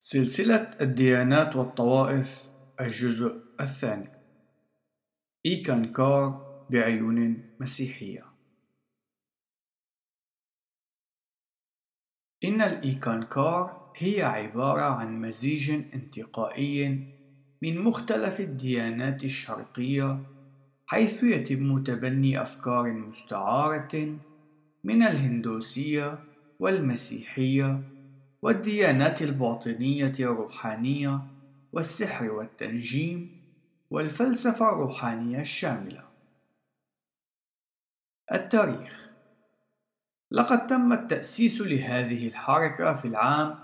سلسلة الديانات والطوائف الجزء الثاني. إيكانكار بعيون مسيحية. إن الإيكانكار هي عبارة عن مزيج انتقائي من مختلف الديانات الشرقية، حيث يتم تبني أفكار مستعارة من الهندوسية والمسيحية والديانات الباطنية الروحانية والسحر والتنجيم والفلسفة الروحانية الشاملة. التاريخ: لقد تم التأسيس لهذه الحركة في العام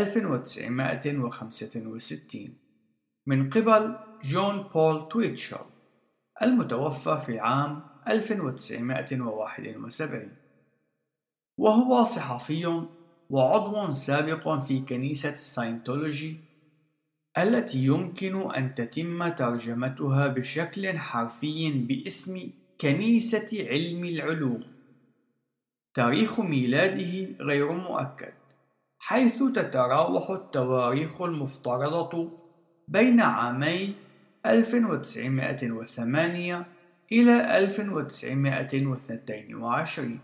1965 من قبل جون بول تويتشل المتوفى في العام 1971، وهو صحفي وعضو سابق في كنيسة الساينتولوجي التي يمكن أن تتم ترجمتها بشكل حرفي باسم كنيسة علم العلوم. تاريخ ميلاده غير مؤكد، حيث تتراوح التواريخ المفترضة بين عامي 1908 إلى 1922.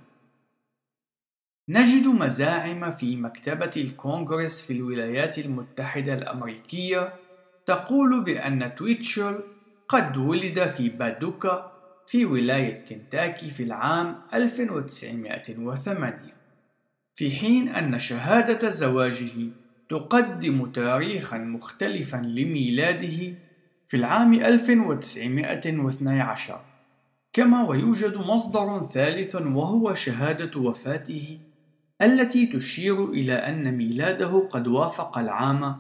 نجد مزاعم في مكتبة الكونغرس في الولايات المتحدة الأمريكية تقول بأن تويتشل قد ولد في بادوكا في ولاية كنتاكي في العام 1908، في حين أن شهادة زواجه تقدم تاريخا مختلفا لميلاده في العام 1912. كما ويوجد مصدر ثالث وهو شهادة وفاته التي تشير إلى أن ميلاده قد وافق العام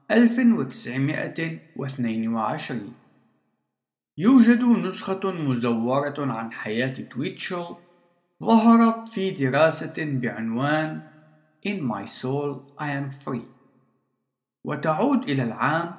1922. يوجد نسخة مزورة عن حياة تويتشل ظهرت في دراسة بعنوان In My Soul I Am Free، وتعود إلى العام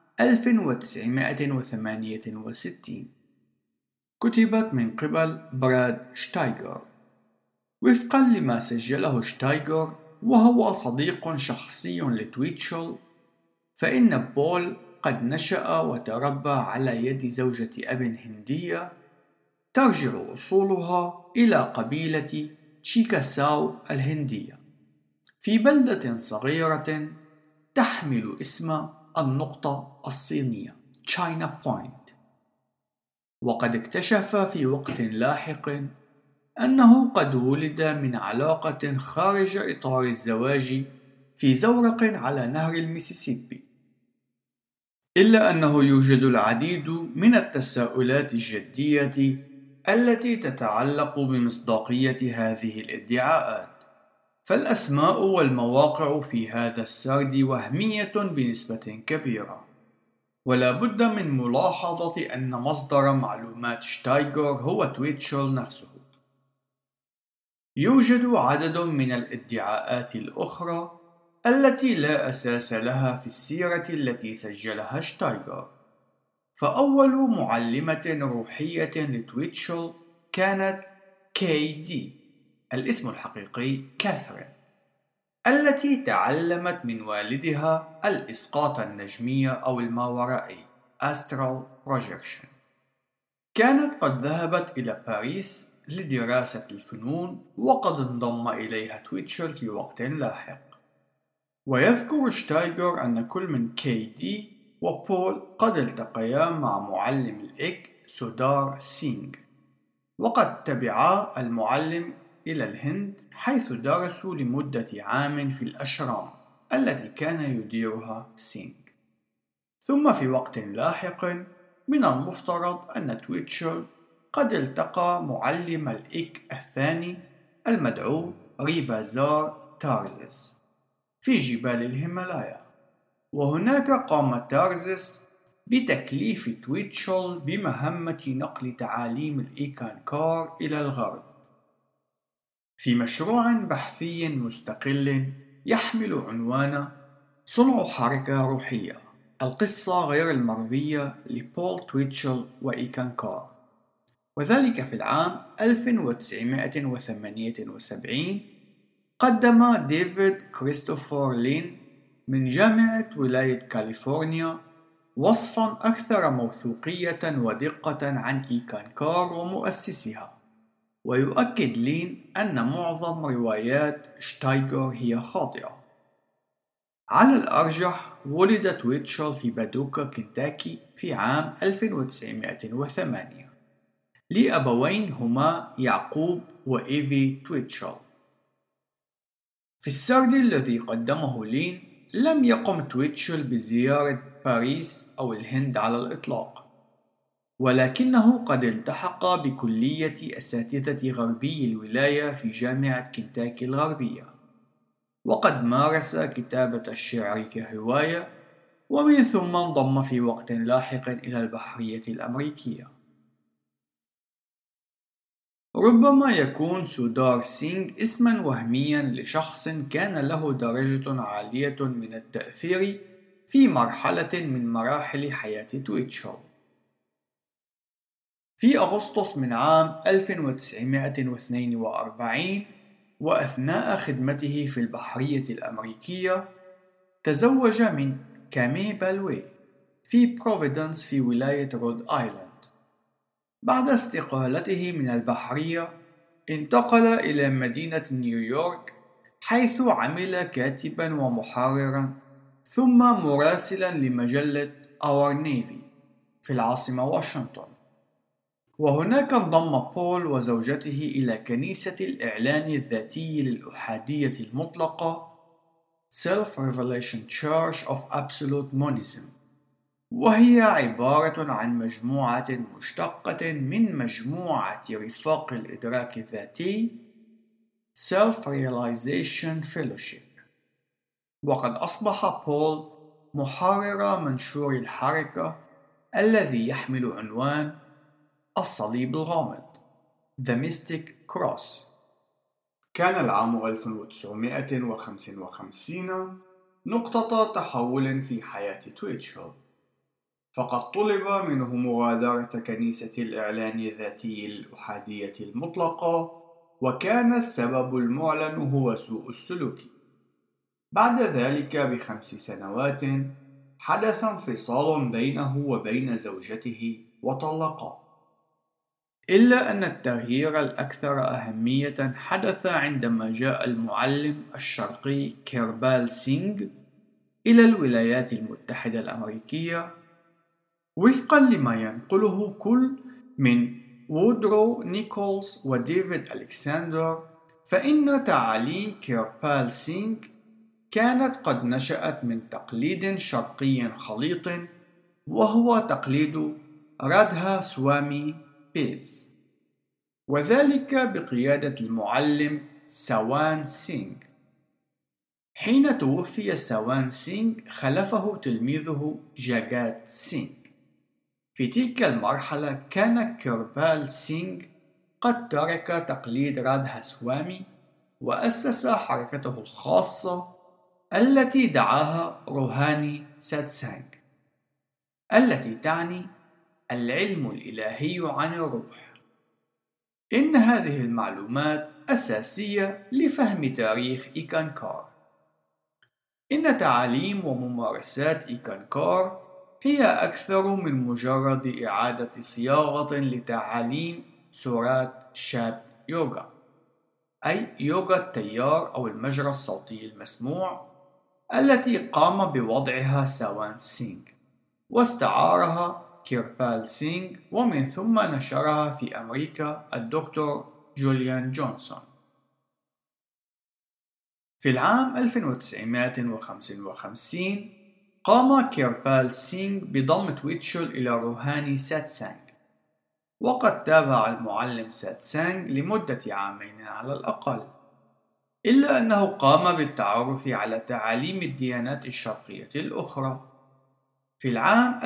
1968. كتبت من قبل براد شتايغر. وفقا لما سجله شتايغر وهو صديق شخصي لتويتشل، فإن بول قد نشأ وتربى على يد زوجة أب هندية ترجع أصولها إلى قبيلة تشيكاساو الهندية في بلدة صغيرة تحمل اسم النقطة الصينية تشاينا بوينت. وقد اكتشف في وقت لاحق أنه قد ولد من علاقة خارج إطار الزواج في زورق على نهر الميسيسيبي، إلا أنه يوجد العديد من التساؤلات الجدية التي تتعلق بمصداقية هذه الادعاءات، فالأسماء والمواقع في هذا السرد وهمية بنسبة كبيرة. ولا بد من ملاحظة أن مصدر معلومات شتايغر هو تويتشل نفسه. يوجد عدد من الادعاءات الأخرى التي لا أساس لها في السيرة التي سجلها شتايغر. فأول معلمة روحية لتويتشل كانت KD، الاسم الحقيقي كاثرين، التي تعلمت من والدها الإسقاط النجمي أو الماورائي Astral Projection. كانت قد ذهبت إلى باريس لدراسة الفنون، وقد انضم إليها تويتشل في وقت لاحق. ويذكر شتايغر أن كل من KD وبول قد التقيا مع معلم الإك سودار سينغ، وقد تبعا المعلم إلى الهند، حيث درسوا لمدة عام في الأشرام التي كان يديرها سينغ. ثم في وقت لاحق من المفترض أن تويتشل قد التقى معلم الإك الثاني المدعو ريبازار تارزس في جبال الهيمالايا، وهناك قام تارزس بتكليف تويتشل بمهمة نقل تعاليم الإيكانكار إلى الغرب في مشروع بحثي مستقل يحمل عنوان صنع حركة روحية، القصة غير المروية لبول تويتشل وإيكانكار، وذلك في العام 1978. قدم ديفيد كريستوفر لين من جامعة ولاية كاليفورنيا وصفا أكثر موثوقية ودقة عن إيكانكار ومؤسسها. ويؤكد لين أن معظم روايات شتايغر هي خاطئة. على الأرجح ولد تويتشل في بادوكا، كنتاكي في عام 1908 لأبوين هما يعقوب وإيفي تويتشل. في السرد الذي قدمه لين لم يقم تويتشل بزيارة باريس أو الهند على الإطلاق، ولكنه قد التحق بكلية أساتذة غربي الولاية في جامعة كنتاكي الغربية، وقد مارس كتابة الشعر كهواية، ومن ثم انضم في وقت لاحق إلى البحرية الأمريكية. ربما يكون سودار سينغ اسما وهميا لشخص كان له درجة عالية من التأثير في مرحلة من مراحل حياة تويتشل. في أغسطس من عام 1942 وأثناء خدمته في البحرية الأمريكية تزوج من كامي بالوي في بروفيدنس في ولاية رود آيلاند. بعد استقالته من البحرية انتقل إلى مدينة نيويورك، حيث عمل كاتبا ومحررا ثم مراسلا لمجلة Our Navy في العاصمة واشنطن. وهناك انضم بول وزوجته إلى كنيسة الإعلان الذاتي للأحادية المطلقة Self-Revelation Church of Absolute Monism، وهي عبارة عن مجموعة مشتقة من مجموعة رفاق الإدراك الذاتي Self-Realization Fellowship. وقد أصبح بول محرر منشور الحركة الذي يحمل عنوان الصليب الغامض The Mystic Cross. كان العام 1955 نقطة تحول في حياة تويتشل، فقد طلب منه مغادرة كنيسة الإعلان الذاتي للأحادية المطلقة، وكان السبب المعلن هو سوء السلوك. بعد ذلك ب5 سنوات حدث انفصال بينه وبين زوجته وطلقا. إلا أن التغيير الأكثر أهمية حدث عندما جاء المعلم الشرقي كيربال سينغ إلى الولايات المتحدة الأمريكية. وفقا لما ينقله كل من وودرو نيكولز وديفيد ألكساندر، فإن تعاليم كيربال سينغ كانت قد نشأت من تقليد شرقي خليط، وهو تقليد رادها سوامي بيز، وذلك بقيادة المعلم سوان سينغ. حين توفي سوان سينغ خلفه تلميذه جاغات سينغ. في تلك المرحلة كان كيربال سينغ قد ترك تقليد رادها سوامي وأسس حركته الخاصة التي دعاها روهاني ساتسانغ، التي تعني العلم الإلهي عن الروح. إن هذه المعلومات أساسية لفهم تاريخ إيكانكار. إن تعاليم وممارسات إيكانكار هي أكثر من مجرد إعادة صياغة لتعاليم سورات شاب يوغا، أي يوغا التيار أو المجرى الصوتي المسموع، التي قام بوضعها سوان سينغ واستعارها كيربال سينغ، ومن ثم نشرها في أمريكا الدكتور جوليان جونسون. في العام 1955 قام كيربال سينغ بضم تويتشل إلى روهاني ساتسانغ، وقد تابع المعلم ساتسانغ لمدة 2 عام على الأقل، إلا أنه قام بالتعرف على تعاليم الديانات الشرقية الأخرى. في العام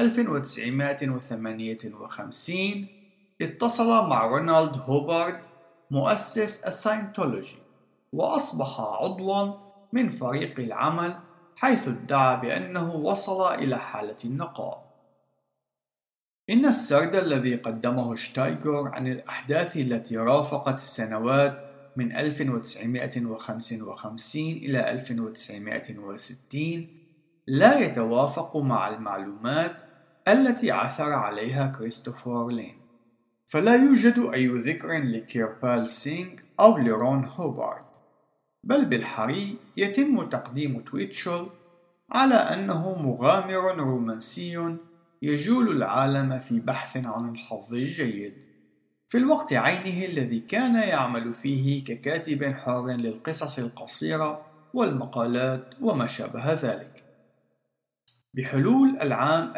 1958 اتصل مع رونالد هوبارد مؤسس الساينتولوجي، وأصبح عضوا من فريق العمل، حيث ادعى بأنه وصل إلى حالة النقاء. إن السرد الذي قدمه شتايغر عن الأحداث التي رافقت السنوات من 1955 إلى 1960 لا يتوافق مع المعلومات التي عثر عليها كريستوفر لين، فلا يوجد أي ذكر لكيربال سينغ أو لرون هوبارد، بل بالحري يتم تقديم تويتشل على أنه مغامر رومانسي يجول العالم في بحث عن الحظ الجيد، في الوقت عينه الذي كان يعمل فيه ككاتب حر للقصص القصيرة والمقالات وما شابه ذلك. بحلول العام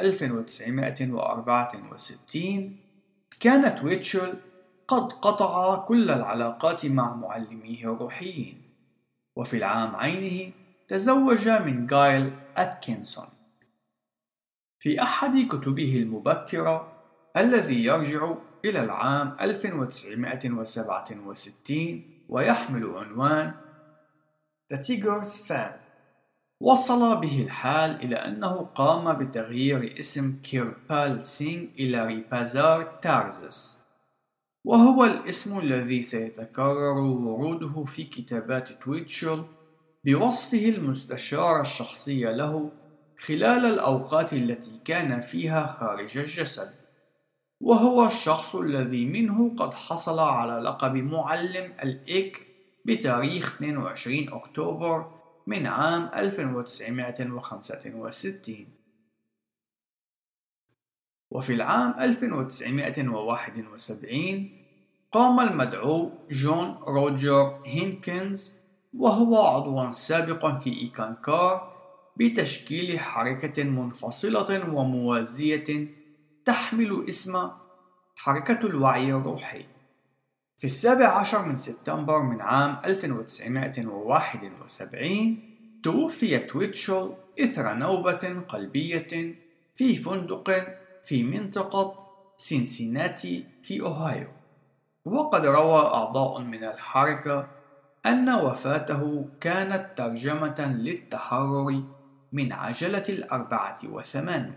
1964 كان تويتشل قد قطع كل العلاقات مع معلميه الروحيين، وفي العام عينه تزوج من غايل أتكنسون. في أحد كتبه المبكرة الذي يرجع إلى العام 1967 ويحمل عنوان The Tiger's Fan، وصل به الحال إلى أنه قام بتغيير اسم كيربال سينغ إلى ريبازار تارزس، وهو الاسم الذي سيتكرر وروده في كتابات تويتشل بوصفه المستشار الشخصي له خلال الأوقات التي كان فيها خارج الجسد، وهو الشخص الذي منه قد حصل على لقب معلم الإك بتاريخ 22 أكتوبر من عام 1965. وفي العام 1971 قام المدعو جون روجر هينكنز، وهو عضو سابق في إيكانكار، بتشكيل حركة منفصلة وموازية تحمل اسم حركة الوعي الروحي. في 17 من سبتمبر من عام 1971 توفي تويتشل إثر نوبة قلبية في فندق في منطقة سينسيناتي في أوهايو، وقد روى أعضاء من الحركة أن وفاته كانت ترجمة للتحرر من عجلة 84.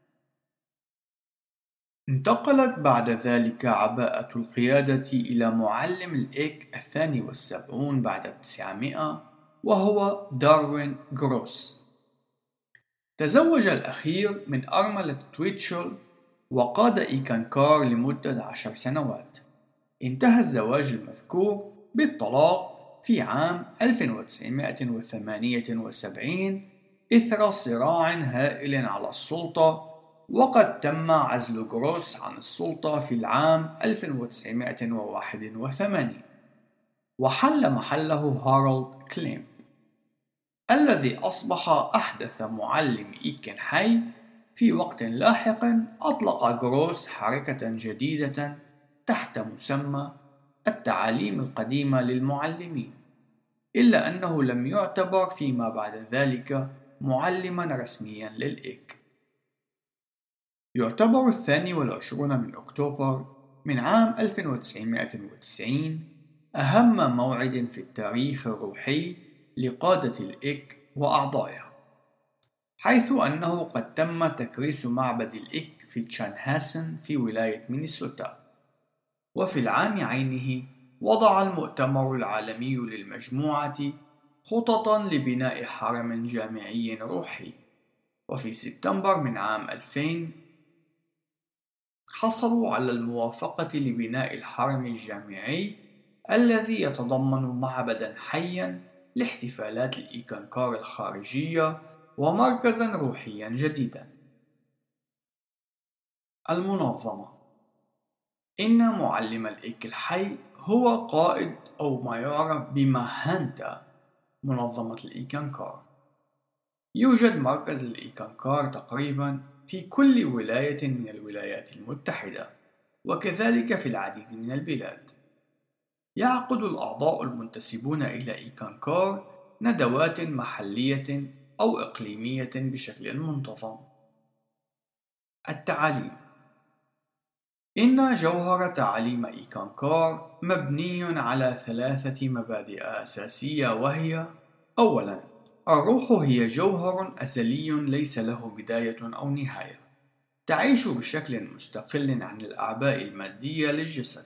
انتقلت بعد ذلك عباءة القيادة إلى معلم الإك 72 بعد 900، وهو داروين غروس. تزوج الأخير من أرملة تويتشل وقاد إيكانكار لمدة 10 سنوات. انتهى الزواج المذكور بالطلاق في عام 1978 إثر صراع هائل على السلطة، وقد تم عزل غروس عن السلطة في العام 1981 وحل محله هارولد كليمب الذي أصبح أحدث معلم إيكن حي. في وقت لاحق أطلق غروس حركة جديدة تحت مسمى التعاليم القديمة للمعلمين، إلا أنه لم يعتبر فيما بعد ذلك معلما رسميا للإك. يعتبر 22 من أكتوبر من عام 1990 أهم موعد في التاريخ الروحي لقادة الإك وأعضائها، حيث أنه قد تم تكريس معبد الإك في تشانهاسن في ولاية مينيسوتا. وفي العام عينه وضع المؤتمر العالمي للمجموعة خططا لبناء حرم جامعي روحي، وفي سبتمبر من عام 2000 حصلوا على الموافقة لبناء الحرم الجامعي الذي يتضمن معبدا حيا لاحتفالات الإيكانكار الخارجية ومركزا روحيا جديدا. المنظمة. إن معلم الإك الحي هو قائد أو ما يعرف بمهانتا منظمة الإيكانكار. يوجد مركز للإيكانكار تقريبا في كل ولاية من الولايات المتحدة، وكذلك في العديد من البلاد. يعقد الأعضاء المنتسبون إلى إيكانكار ندوات محلية أو إقليمية بشكل منتظم. التعاليم. إن جوهر تعاليم إيكانكار مبني على 3 مبادئ أساسية، وهي: أولاً، الروح هي جوهر أزلي ليس له بداية أو نهاية، تعيش بشكل مستقل عن الأعباء المادية للجسد.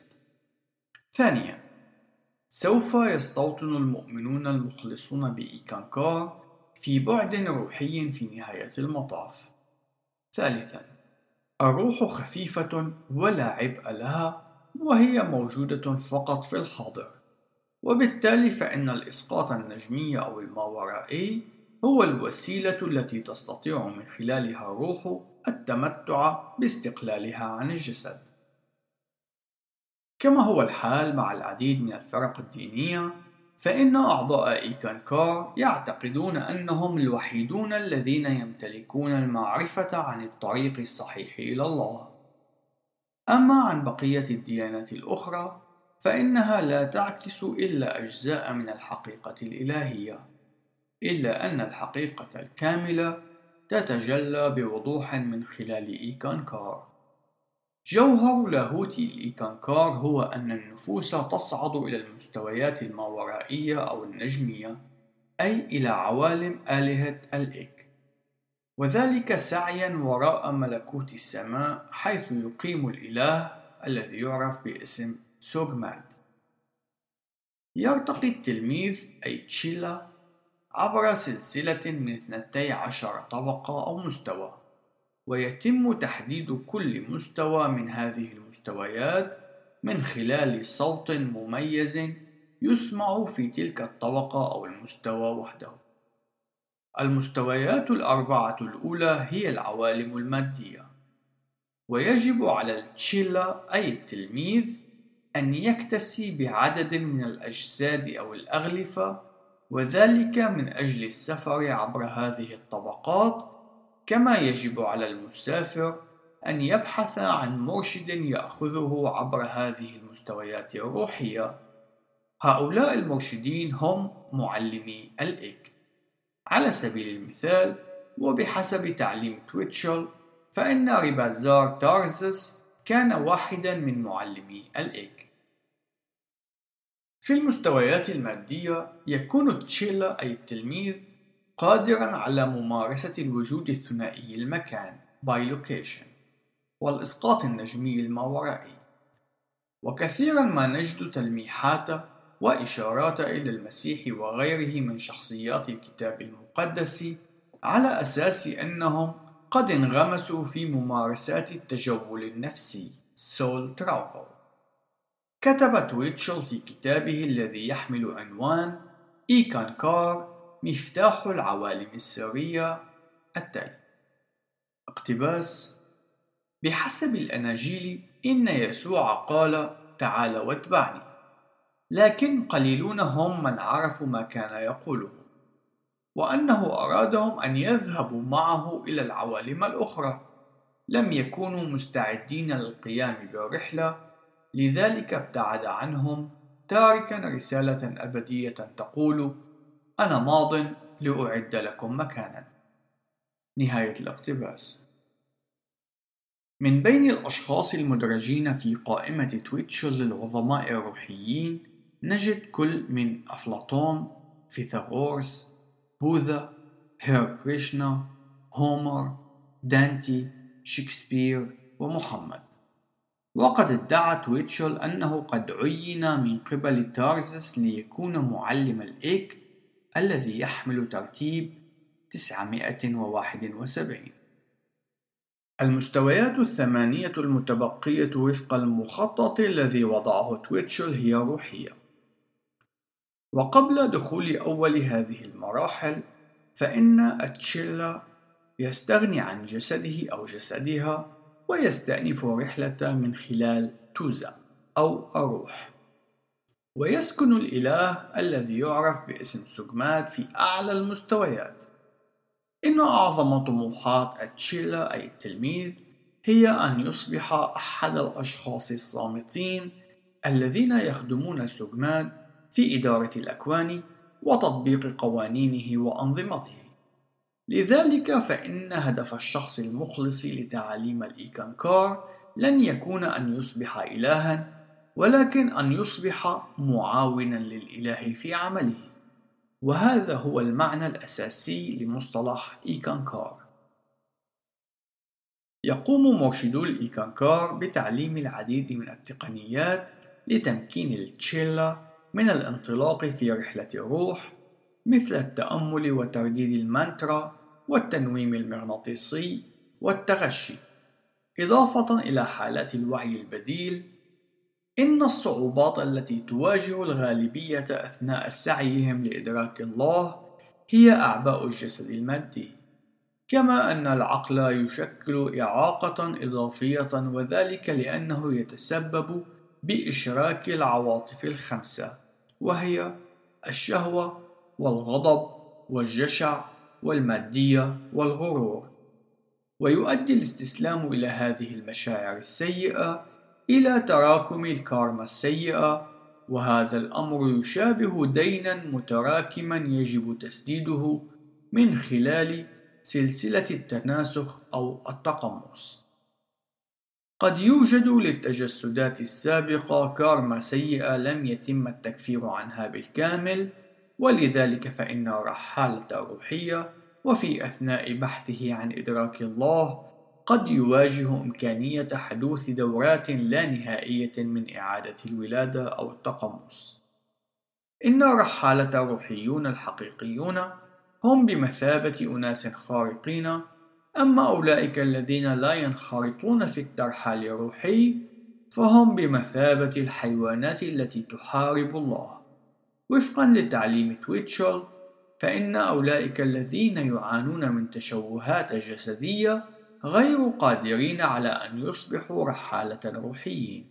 ثانياً، سوف يستوطن المؤمنون المخلصون بإيكانكار في بعد روحي في نهاية المطاف. ثالثا، الروح خفيفة ولا عبء لها، وهي موجودة فقط في الحاضر، وبالتالي فإن الإسقاط النجمي أو الماورائي هو الوسيلة التي تستطيع من خلالها الروح التمتع باستقلالها عن الجسد. كما هو الحال مع العديد من الفرق الدينية، فإن أعضاء إيكانكار يعتقدون أنهم الوحيدون الذين يمتلكون المعرفة عن الطريق الصحيح إلى الله. أما عن بقية الديانات الأخرى فإنها لا تعكس إلا أجزاء من الحقيقة الإلهية، إلا أن الحقيقة الكاملة تتجلى بوضوح من خلال إيكانكار. جوهر لاهوت الإيكانكار هو أن النفوس تصعد إلى المستويات الماورائية أو النجمية، أي إلى عوالم آلهة الإك، وذلك سعيا وراء ملكوت السماء، حيث يقيم الإله الذي يعرف باسم سوغماد. يرتقي التلميذ أي تشيلا عبر سلسلة من 12 طبقة أو مستوى، ويتم تحديد كل مستوى من هذه المستويات من خلال صوت مميز يسمع في تلك الطبقة أو المستوى وحده. المستويات الأربعة الأولى هي العوالم المادية، ويجب على التشيلا أي التلميذ أن يكتسي بعدد من الأجساد أو الأغلفة، وذلك من أجل السفر عبر هذه الطبقات، كما يجب على المسافر أن يبحث عن مرشد يأخذه عبر هذه المستويات الروحية. هؤلاء المرشدين هم معلمي الإك. على سبيل المثال، وبحسب تعليم تويتشل، فإن ريبازار تارزس كان واحدا من معلمي الإك. في المستويات المادية يكون تشيلا أي التلميذ قادرا على ممارسة الوجود الثنائي المكان بايلوكيشن والإسقاط النجمي الماورائي، وكثيرا ما نجد تلميحات وإشارات إلى المسيح وغيره من شخصيات الكتاب المقدس على أساس أنهم قد انغمسوا في ممارسات التجول النفسي Soul Travel. كتب تويتشل في كتابه الذي يحمل عنوان إيكانكار مفتاح العوالم السرية التالي: اقتباس: بحسب الأناجيل إن يسوع قال تعال واتبعني، لكن قليلون هم من عرفوا ما كان يقوله، وأنه أرادهم أن يذهبوا معه إلى العوالم الأخرى. لم يكونوا مستعدين للقيام بالرحلة، لذلك ابتعد عنهم، تاركا رسالة أبدية تقول: أنا ماض لأعد لكم مكانا. نهاية الاقتباس. من بين الأشخاص المدرجين في قائمة تويتشل للعظماء الروحيين نجد كل من أفلاطون، فيثاغورس، بوذا، هير كريشنا، هومر، دانتي، شكسبير ومحمد. وقد ادعى تويتشل أنه قد عين من قبل تارزس ليكون معلم الإك الذي يحمل ترتيب 971. المستويات 8 المتبقية وفق المخطط الذي وضعه تويتشل هي روحية. وقبل دخول أول هذه المراحل، فإن تشيلا يستغني عن جسده أو جسدها ويستأنف رحلة من خلال توزا أو الروح، ويسكن الإله الذي يعرف باسم سوغماد في أعلى المستويات. إن أعظم طموحات تشيلا أي التلميذ هي أن يصبح أحد الأشخاص الصامتين الذين يخدمون سوغماد في إدارة الأكوان وتطبيق قوانينه وأنظمته. لذلك فإن هدف الشخص المخلص لتعاليم الإيكانكار لن يكون أن يصبح إلها، ولكن أن يصبح معاونا للإله في عمله. وهذا هو المعنى الأساسي لمصطلح إيكانكار. يقوم مرشدو الإيكانكار بتعليم العديد من التقنيات لتمكين التشيلا من الانطلاق في رحلة الروح، مثل التأمل وترديد المانترا والتنويم المغناطيسي والتغشي، إضافة إلى حالات الوعي البديل. إن الصعوبات التي تواجه الغالبية أثناء سعيهم لإدراك الله هي أعباء الجسد المادي، كما أن العقل يشكل إعاقة إضافية، وذلك لأنه يتسبب بإشراك العواطف الخمسة، وهي الشهوة والغضب والجشع والمادية والغرور، ويؤدي الاستسلام إلى هذه المشاعر السيئة إلى تراكم الكارما السيئة، وهذا الأمر يشابه دينا متراكما يجب تسديده من خلال سلسلة التناسخ أو التقمص. قد يوجد للتجسدات السابقة كارما سيئة لم يتم التكفير عنها بالكامل، ولذلك فإن الرحالة الروحية وفي أثناء بحثه عن إدراك الله قد يواجه إمكانية حدوث دورات لا نهائية من إعادة الولادة أو التقمص. إن الرحالة الروحيون الحقيقيون هم بمثابة أناس خارقين، أما أولئك الذين لا ينخرطون في الترحال الروحي فهم بمثابة الحيوانات التي تحارب الله. وفقا لتعليم تويتشل، فإن أولئك الذين يعانون من تشوهات جسدية غير قادرين على أن يصبحوا رحالة روحيين.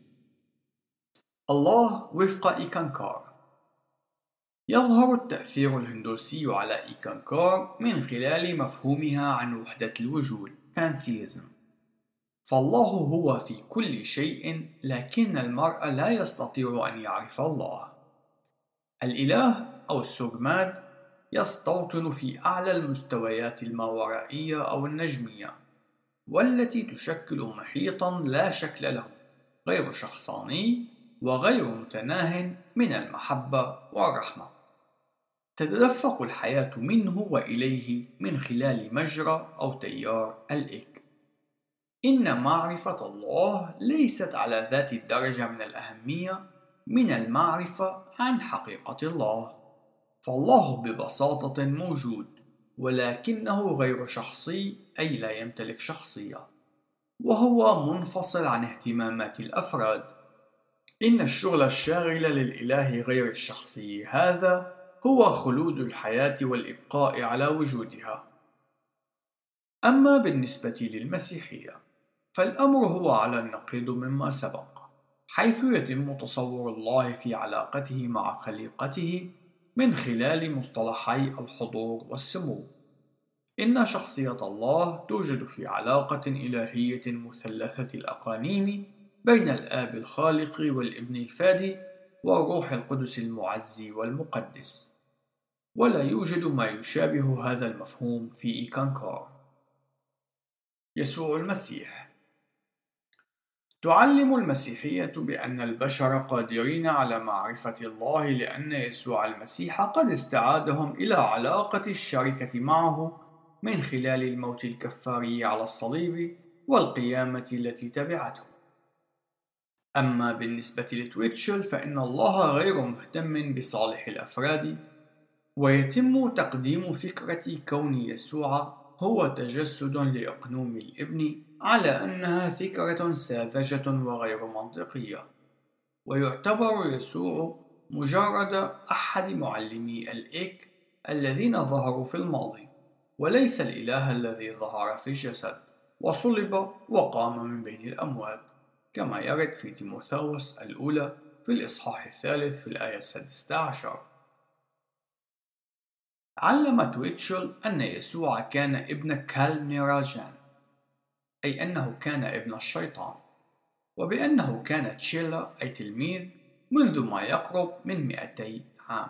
الله وفق إيكانكار. يظهر التأثير الهندوسي على إيكانكار من خلال مفهومها عن وحدة الوجود pantheism. فالله هو في كل شيء، لكن المرء لا يستطيع أن يعرف الله. الإله أو السوغماد يستوطن في أعلى المستويات الماورائية أو النجمية، والتي تشكل محيطا لا شكل له، غير شخصاني وغير متناه من المحبة والرحمة. تتدفق الحياة منه وإليه من خلال مجرى أو تيار الإك. إن معرفة الله ليست على ذات الدرجة من الأهمية من المعرفة عن حقيقة الله، فالله ببساطة موجود، ولكنه غير شخصي، أي لا يمتلك شخصية، وهو منفصل عن اهتمامات الأفراد. إن الشغل الشاغل للإله غير الشخصي هذا هو خلود الحياة والإبقاء على وجودها. أما بالنسبة للمسيحية فالأمر هو على النقيض مما سبق، حيث يتم تصور الله في علاقته مع خليقته من خلال مصطلحي الحضور والسمو. إن شخصية الله توجد في علاقة إلهية مثلثة الأقانيم بين الآب الخالق والابن الفادي والروح القدس المعزي والمقدس، ولا يوجد ما يشابه هذا المفهوم في إيكانكار. يسوع المسيح. تعلم المسيحية بأن البشر قادرين على معرفة الله، لأن يسوع المسيح قد استعادهم إلى علاقة الشركة معه من خلال الموت الكفاري على الصليب والقيامة التي تبعته. أما بالنسبة لتويتشل فإن الله غير مهتم بصالح الأفراد، ويتم تقديم فكرة كون يسوع هو تجسد لأقنوم الابن على أنها فكرة ساذجة وغير منطقية، ويعتبر يسوع مجرد أحد معلمي الإك الذين ظهروا في الماضي، وليس الإله الذي ظهر في الجسد وصلب وقام من بين الأموات، كما يرد في تيموثاوس الأولى في الإصحاح 3 في الآية 16. علم تويتشل أن يسوع كان ابن كالنيراجان، أي أنه كان ابن الشيطان، وبأنه كان تشيلا أي تلميذ منذ ما يقرب من 200 عام.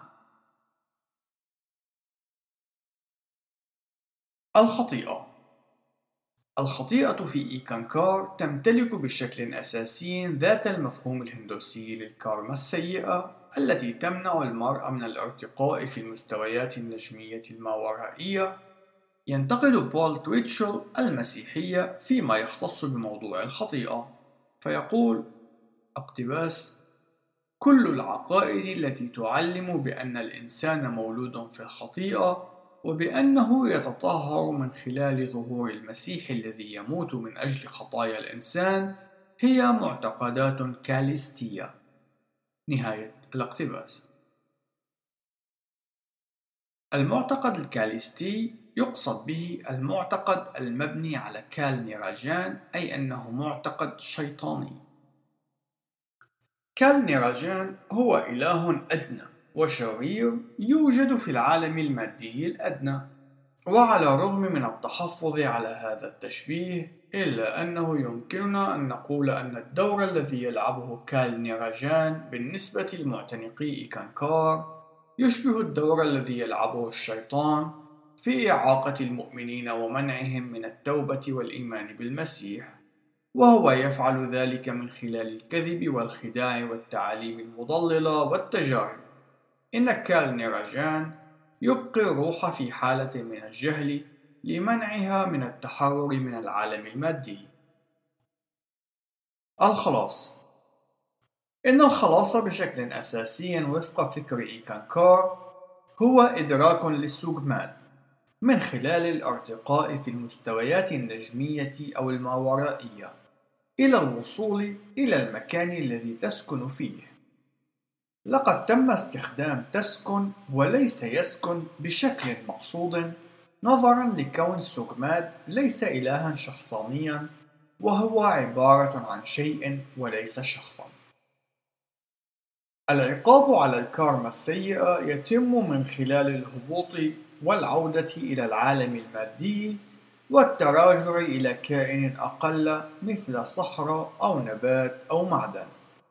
الخطيئة في إيكانكار تمتلك بشكل أساسي ذات المفهوم الهندوسي للكارما السيئة التي تمنع المرء من الارتقاء في المستويات النجمية الماورائية. ينتقد بول تويتشل المسيحية فيما يختص بموضوع الخطيئة، فيقول: اقتباس: كل العقائد التي تعلم بأن الإنسان مولود في الخطيئة وبأنه يتطهر من خلال ظهور المسيح الذي يموت من أجل خطايا الإنسان هي معتقدات كاليستية. نهاية الاقتباس. المعتقد الكاليستي يقصد به المعتقد المبني على كال نيراجان، أي أنه معتقد شيطاني. كال نيراجان هو إله أدنى وشرير يوجد في العالم المادي الأدنى، وعلى الرغم من التحفظ على هذا التشبيه إلا أنه يمكننا أن نقول أن الدور الذي يلعبه كال نيراجان بالنسبة لمعتنقي إيكانكار يشبه الدور الذي يلعبه الشيطان في إعاقة المؤمنين ومنعهم من التوبة والإيمان بالمسيح، وهو يفعل ذلك من خلال الكذب والخداع والتعاليم المضللة والتجارب. إن كال نيراجان يبقي الروح في حالة من الجهل لمنعها من التحرر من العالم المادي. الخلاص. إن الخلاص بشكل أساسي وفق فكر إيكانكار هو إدراك للسوغماد من خلال الارتقاء في المستويات النجمية أو الماورائية إلى الوصول إلى المكان الذي تسكن فيه. لقد تم استخدام تسكن وليس يسكن بشكل مقصود نظرا لكون سوغماد ليس إلها شخصانيا، وهو عبارة عن شيء وليس شخصا. العقاب على الكارما السيئة يتم من خلال الهبوط والعودة إلى العالم المادي والتراجع إلى كائن أقل مثل صخرة أو نبات أو معدن.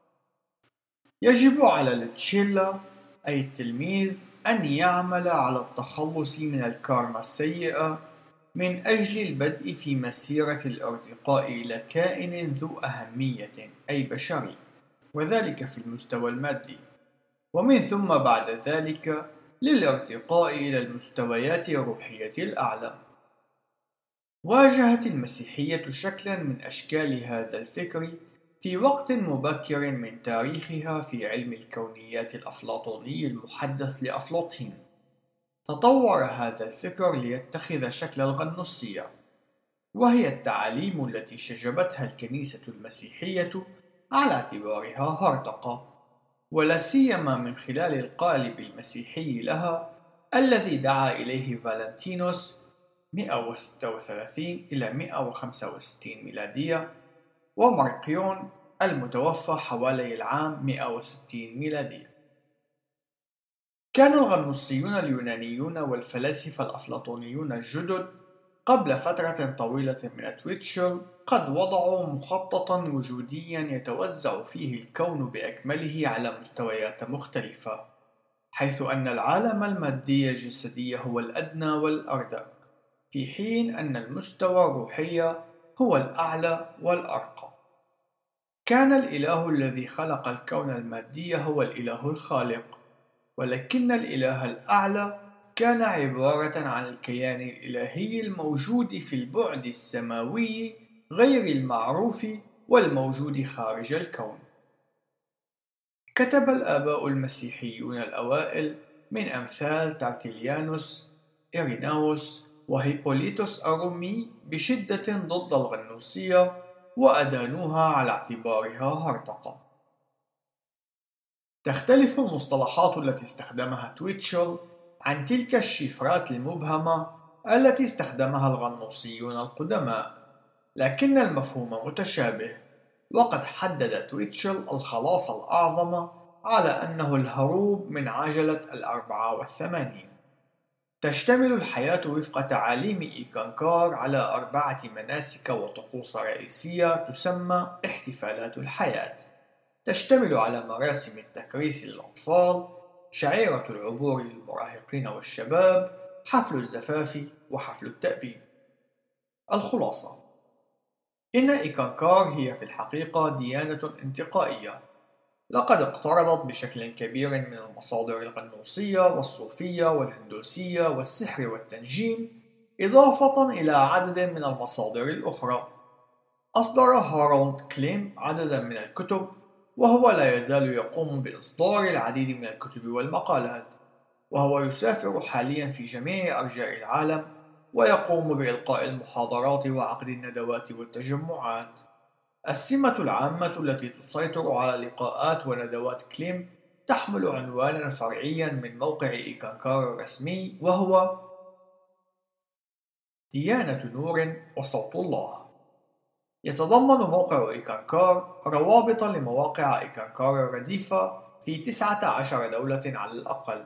يجب على التشيلا أي التلميذ أن يعمل على التخلص من الكارما السيئة من أجل البدء في مسيرة الارتقاء إلى كائن ذو أهمية أي بشري، وذلك في المستوى المادي، ومن ثم بعد ذلك للارتقاء إلى المستويات الروحية الأعلى. واجهت المسيحية شكلا من أشكال هذا الفكر في وقت مبكر من تاريخها في علم الكونيات الأفلاطوني المحدث لأفلاطين. تطور هذا الفكر ليتخذ شكل الغنوصية، وهي التعاليم التي شجبتها الكنيسة المسيحية على اعتبارها هرطقة، ولا سيما من خلال القالب المسيحي لها الذي دعا إليه فالنتينوس 136 إلى 165 ميلادية، ومارقيون المتوفى حوالي العام 160 ميلادية. كان الغنوصيون اليونانيون والفلاسفة الأفلاطونيون الجدد قبل فترة طويلة من تويتشل قد وضعوا مخططا وجوديا يتوزع فيه الكون بأكمله على مستويات مختلفة، حيث أن العالم المادي الجسدي هو الأدنى والأردى، في حين أن المستوى الروحي هو الأعلى والأرقى. كان الإله الذي خلق الكون المادي هو الإله الخالق، ولكن الإله الأعلى كان عبارة عن الكيان الإلهي الموجود في البعد السماوي غير المعروف والموجود خارج الكون. كتب الآباء المسيحيون الأوائل من أمثال تارتيليانوس، إيريناوس، وهيبوليتوس الرومي بشدة ضد الغنوصية وأدانوها على اعتبارها هرطقة. تختلف المصطلحات التي استخدمها تويتشل عن تلك الشفرات المبهمة التي استخدمها الغنوصيون القدماء، لكن المفهوم متشابه، وقد حدد تويتشل الخلاص الأعظم على أنه الهروب من عجلة 84. تشتمل الحياة وفق تعاليم إيكانكار على 4 مناسك وطقوس رئيسية تسمى احتفالات الحياة. تشتمل على مراسم التكريس للأطفال، شعيرة العبور للمراهقين والشباب، حفل الزفاف، وحفل التأبين. الخلاصة: إن إيكانكار هي في الحقيقة ديانة انتقائية، لقد اقترضت بشكل كبير من المصادر الغنوصية والصوفية والهندوسية والسحر والتنجيم، إضافة إلى عدد من المصادر الأخرى. أصدر هارولد كليم عددا من الكتب، وهو لا يزال يقوم بإصدار العديد من الكتب والمقالات، وهو يسافر حاليا في جميع أرجاء العالم ويقوم بإلقاء المحاضرات وعقد الندوات والتجمعات. السمة العامة التي تسيطر على لقاءات وندوات كليم تحمل عنوانا فرعيا من موقع إيكانكار الرسمي، وهو ديانة نور وصوت الله. يتضمن موقع إيكانكار روابط لمواقع إيكانكار الرديفة في 19 دولة على الأقل.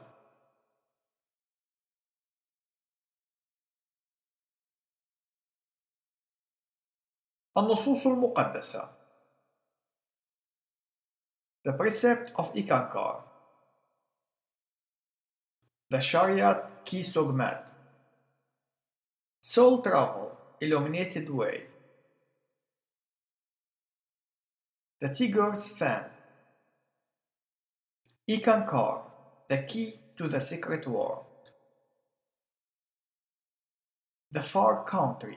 النصوص المقدسة The Precept of Ikankar The Shariat Ki Sogmat Soul Travel Illuminated Way The Tiger's Fan Ikankar The Key to the Secret World The Far Country.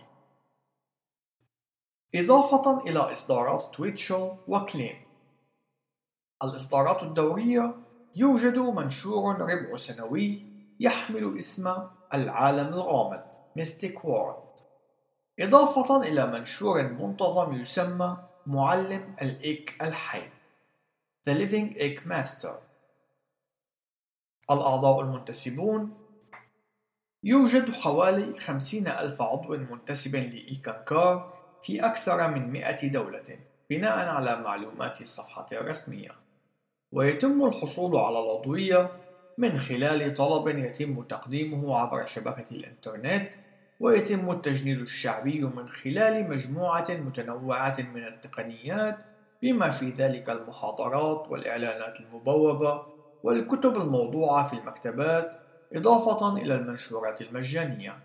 إضافة إلى إصدارات تويتشل وكليم، الإصدارات الدورية يوجد منشور ربع سنوي يحمل اسم العالم الغامض Mystic World، إضافة إلى منشور منتظم يسمى معلم الإيك الحي The Living Egg Master. الأعضاء المنتسبون يوجد حوالي 50,000 عضو منتسب لإيكانكار في أكثر من 100 دولة بناء على معلومات الصفحة الرسمية، ويتم الحصول على العضوية من خلال طلب يتم تقديمه عبر شبكة الإنترنت، ويتم التجنيد الشعبي من خلال مجموعة متنوعة من التقنيات بما في ذلك المحاضرات والإعلانات المبوبة والكتب الموضوعة في المكتبات، إضافة إلى المنشورات المجانية.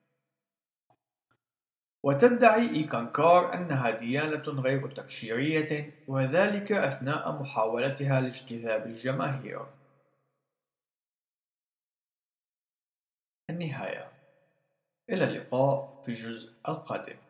وتدعي إيكانكار أنها ديانة غير تبشيرية، وذلك أثناء محاولتها لاجتذاب الجماهير. النهاية. إلى اللقاء في الجزء القادم.